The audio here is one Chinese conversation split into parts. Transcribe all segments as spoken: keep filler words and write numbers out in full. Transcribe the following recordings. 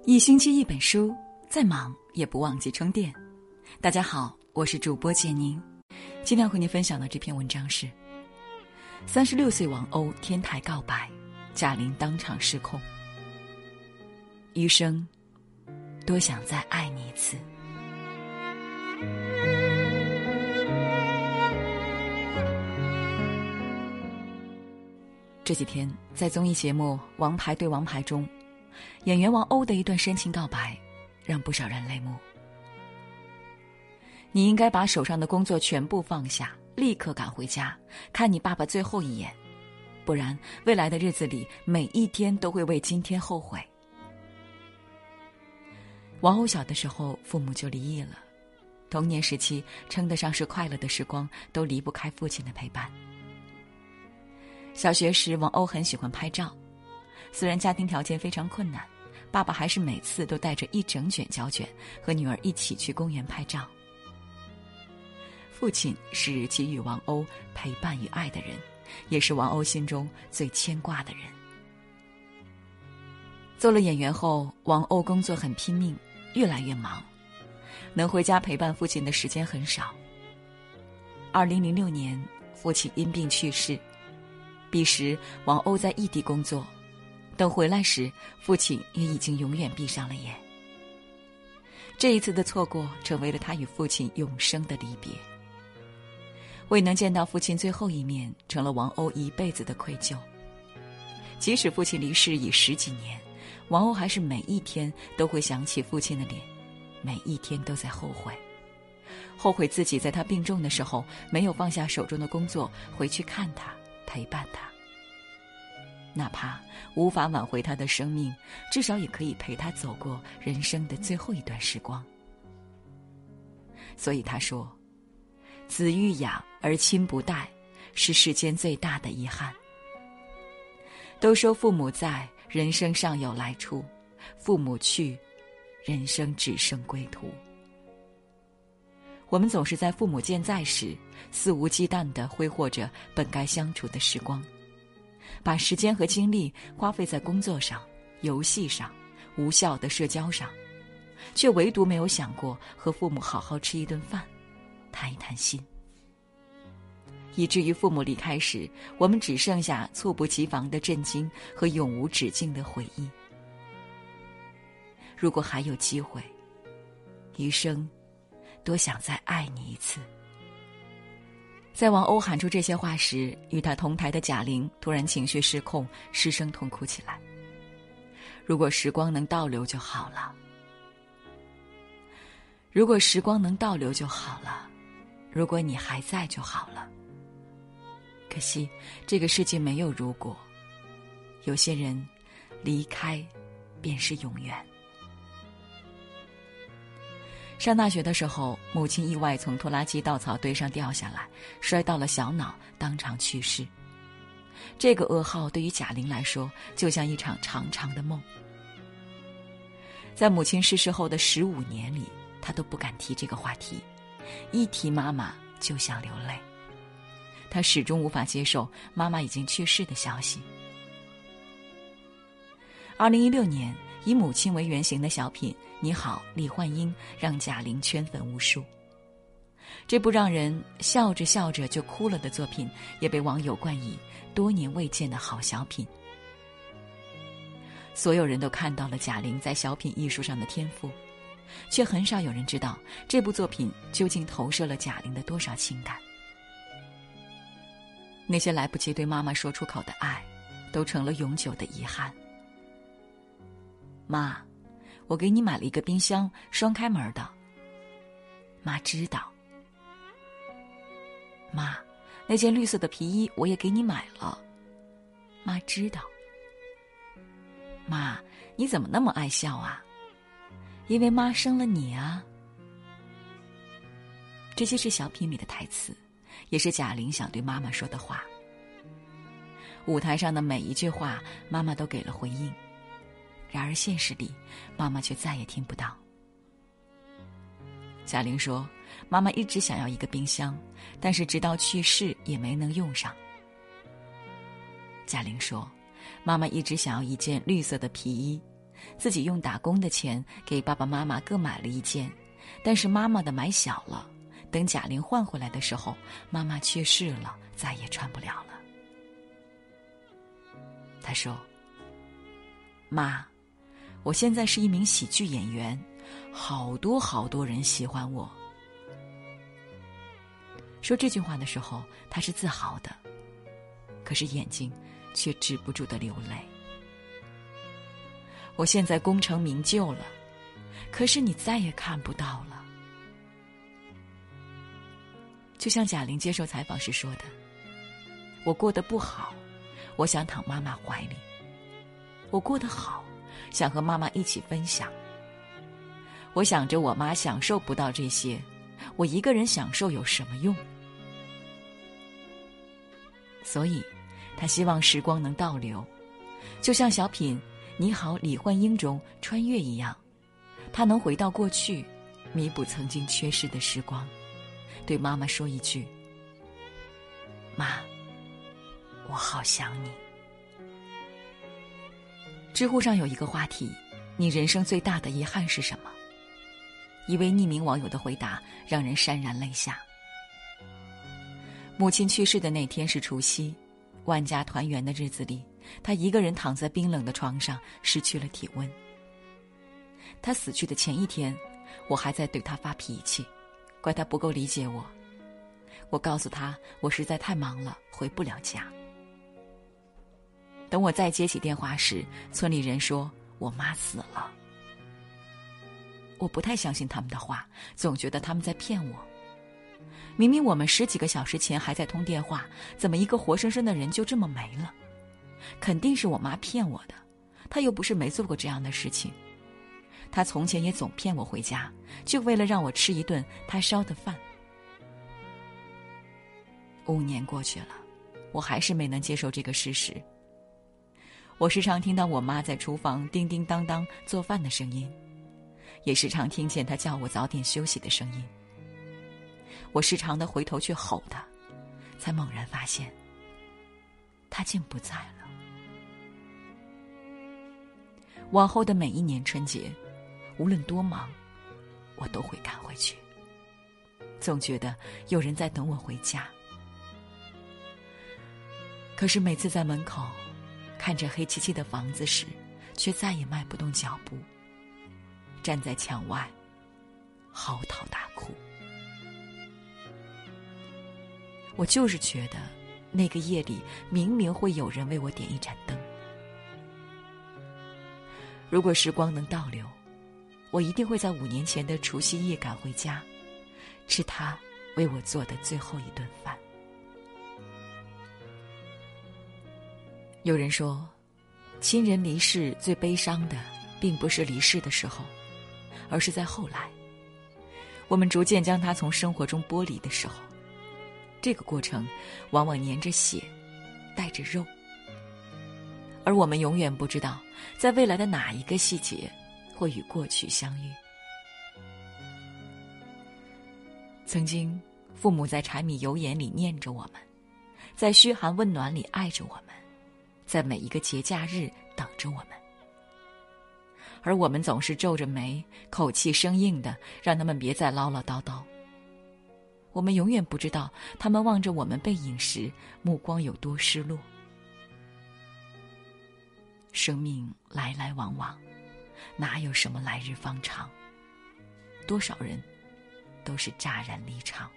一星期一本书，再忙也不忘记充电。大家好，我是主播简宁。今天和您分享的这篇文章是三十六岁王鸥天台告白，贾玲当场失控。余生多想再爱你一次。这几天在综艺节目《王牌对王牌》中，演员王鸥的一段深情告白让不少人泪目。你应该把手上的工作全部放下，立刻赶回家看你爸爸最后一眼，不然未来的日子里每一天都会为今天后悔。王鸥小的时候父母就离异了，童年时期称得上是快乐的时光都离不开父亲的陪伴。小学时王鸥很喜欢拍照，虽然家庭条件非常困难，爸爸还是每次都带着一整卷胶卷和女儿一起去公园拍照。父亲是给予王鸥陪伴与爱的人，也是王鸥心中最牵挂的人。做了演员后，王鸥工作很拼命，越来越忙，能回家陪伴父亲的时间很少。二零零六年，父亲因病去世，彼时王鸥在异地工作，等回来时，父亲也已经永远闭上了眼。这一次的错过成为了他与父亲永生的离别。未能见到父亲最后一面，成了王鸥一辈子的愧疚。即使父亲离世已十几年，王鸥还是每一天都会想起父亲的脸，每一天都在后悔。后悔自己在他病重的时候没有放下手中的工作，回去看他，陪伴他。哪怕无法挽回他的生命，至少也可以陪他走过人生的最后一段时光。所以他说，子欲养而亲不待，是世间最大的遗憾。都说父母在，人生尚有来处；父母去，人生只剩归途。我们总是在父母健在时，肆无忌惮地挥霍着本该相处的时光，把时间和精力花费在工作上、游戏上、无效的社交上，却唯独没有想过和父母好好吃一顿饭，谈一谈心。以至于父母离开时，我们只剩下猝不及防的震惊和永无止境的回忆。如果还有机会，余生多想再爱你一次。在王鸥喊出这些话时，与他同台的贾玲突然情绪失控，失声痛哭起来。如果时光能倒流就好了，如果时光能倒流就好了，如果你还在就好了。可惜这个世界没有如果，有些人离开便是永远。上大学的时候，母亲意外从拖拉机稻草堆上掉下来，摔到了小脑，当场去世。这个噩耗对于贾玲来说就像一场长长的梦。在母亲逝世后的十五年里，她都不敢提这个话题，一提妈妈就想流泪。她始终无法接受妈妈已经去世的消息。二零一六年，以母亲为原型的小品《你好，李焕英》让贾玲圈粉无数。这部让人笑着笑着就哭了的作品，也被网友冠以多年未见的好小品。所有人都看到了贾玲在小品艺术上的天赋，却很少有人知道这部作品究竟投射了贾玲的多少情感。那些来不及对妈妈说出口的爱，都成了永久的遗憾。妈，我给你买了一个冰箱，双开门的。妈知道。妈，那件绿色的皮衣我也给你买了。妈知道。妈，你怎么那么爱笑啊？因为妈生了你啊。这些是小品里的台词，也是贾玲想对妈妈说的话。舞台上的每一句话，妈妈都给了回应。然而现实里，妈妈却再也听不到。贾玲说，妈妈一直想要一个冰箱，但是直到去世也没能用上。贾玲说，妈妈一直想要一件绿色的皮衣， 自己用打工的钱给爸爸妈妈各买了一件，但是妈妈的买小了，等贾玲换回来的时候，妈妈去世了，再也穿不了了。他说：妈，我现在是一名喜剧演员，好多好多人喜欢我。说这句话的时候，他是自豪的，可是眼睛却止不住的流泪。我现在功成名就了，可是你再也看不到了。就像贾玲接受采访时说的，我过得不好，我想躺妈妈怀里；我过得好，想和妈妈一起分享。我想着我妈享受不到这些，我一个人享受有什么用？所以他希望时光能倒流，就像小品《你好，李焕英》中穿越一样，他能回到过去，弥补曾经缺失的时光，对妈妈说一句：妈，我好想你。知乎上有一个话题，你人生最大的遗憾是什么？一位匿名网友的回答让人潸然泪下。母亲去世的那天是除夕，万家团圆的日子里，他一个人躺在冰冷的床上，失去了体温。他死去的前一天，我还在对他发脾气，怪他不够理解我。我告诉他，我实在太忙了，回不了家。等我再接起电话时，村里人说我妈死了。我不太相信他们的话，总觉得他们在骗我。明明我们十几个小时前还在通电话，怎么一个活生生的人就这么没了？肯定是我妈骗我的，她又不是没做过这样的事情。她从前也总骗我回家，就为了让我吃一顿她烧的饭。五年过去了，我还是没能接受这个事实。我时常听到我妈在厨房叮叮当当做饭的声音，也时常听见她叫我早点休息的声音。我时常的回头去吼她，才猛然发现她竟不在了。往后的每一年春节，无论多忙，我都会赶回去，总觉得有人在等我回家。可是每次在门口看着黑漆漆的房子时，却再也迈不动脚步，站在墙外嚎啕大哭。我就是觉得那个夜里明明会有人为我点一盏灯。如果时光能倒流，我一定会在五年前的除夕夜赶回家，吃他为我做的最后一顿饭。有人说，亲人离世最悲伤的并不是离世的时候，而是在后来，我们逐渐将他从生活中剥离的时候。这个过程往往粘着血，带着肉，而我们永远不知道，在未来的哪一个细节会与过去相遇。曾经，父母在柴米油盐里念着我们，在嘘寒问暖里爱着我们，在每一个节假日等着我们，而我们总是皱着眉，口气生硬的让他们别再唠唠叨叨。我们永远不知道他们望着我们背影时目光有多失落。生命来来往往，哪有什么来日方长？多少人都是乍然离场。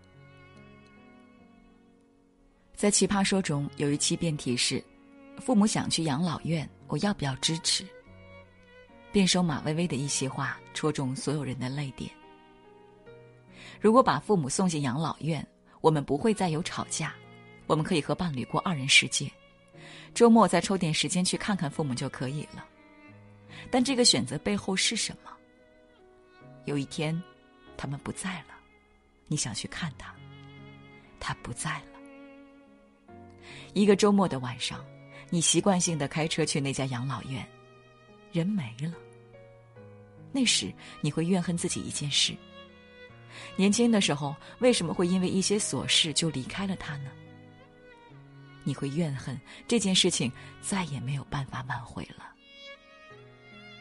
在奇葩说中有一期辩题是，父母想去养老院，我要不要支持？辩手马薇薇的一席话戳中所有人的泪点。如果把父母送进养老院，我们不会再有吵架，我们可以和伴侣过二人世界，周末再抽点时间去看看父母就可以了。但这个选择背后是什么？有一天他们不在了，你想去看他，他不在了。一个周末的晚上，你习惯性地开车去那家养老院，人没了。那时你会怨恨自己一件事，年轻的时候为什么会因为一些琐事就离开了他呢？你会怨恨这件事情再也没有办法挽回了。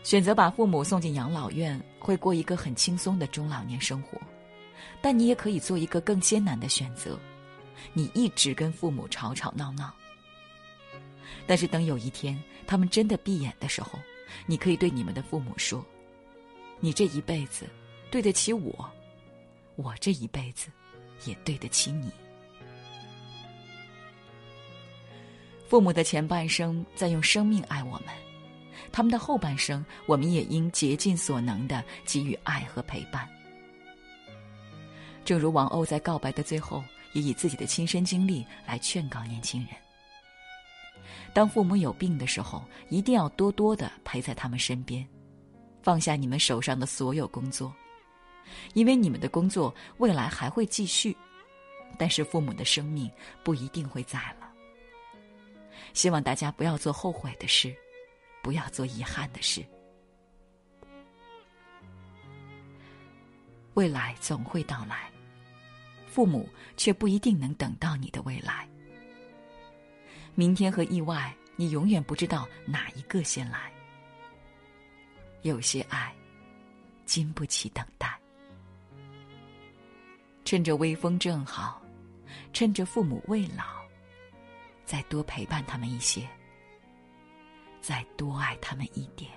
选择把父母送进养老院，会过一个很轻松的中老年生活，但你也可以做一个更艰难的选择，你一直跟父母吵吵闹闹。但是等有一天他们真的闭眼的时候，你可以对你们的父母说，你这一辈子对得起我，我这一辈子也对得起你。父母的前半生在用生命爱我们，他们的后半生我们也应竭尽所能地给予爱和陪伴。正如王鸥在告白的最后也以自己的亲身经历来劝告年轻人，当父母有病的时候，一定要多多地陪在他们身边，放下你们手上的所有工作，因为你们的工作未来还会继续，但是父母的生命不一定会在了。希望大家不要做后悔的事，不要做遗憾的事。未来总会到来，父母却不一定能等到你的未来。明天和意外，你永远不知道哪一个先来。有些爱，经不起等待。趁着微风正好，趁着父母未老，再多陪伴他们一些，再多爱他们一点。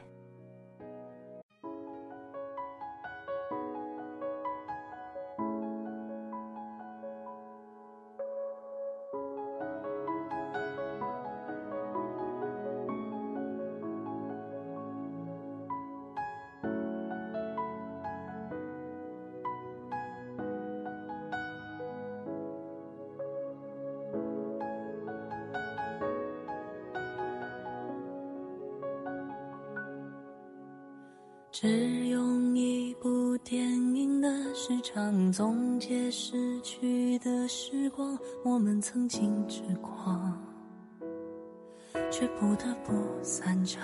只用一部电影的时长总结逝去的时光，我们曾经痴狂，却不得不散场。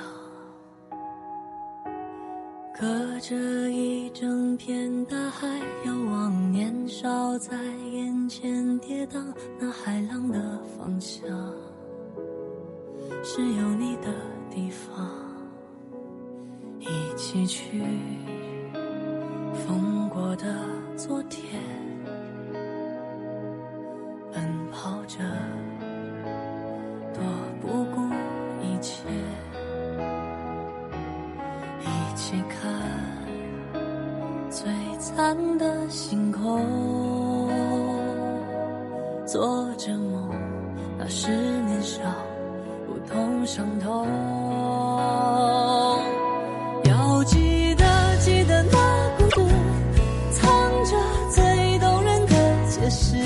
隔着一整片大海，遥望年少在眼前跌宕，那海浪的方向是有你的地方。一起去风过的昨天，奔跑着多不顾一切，一起看璀璨的星空，做着梦，那是年少不懂伤痛。要记得记得那故事，藏着最动人的解释，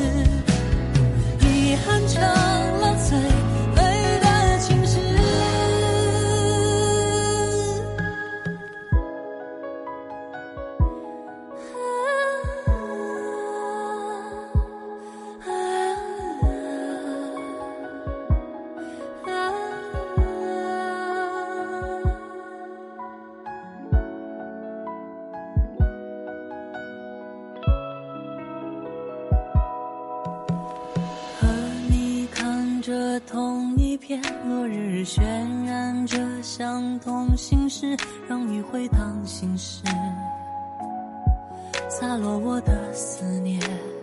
遗憾成了最美的情诗。着同一片落日，渲染着相同心事，让你回荡心事，洒落我的思念。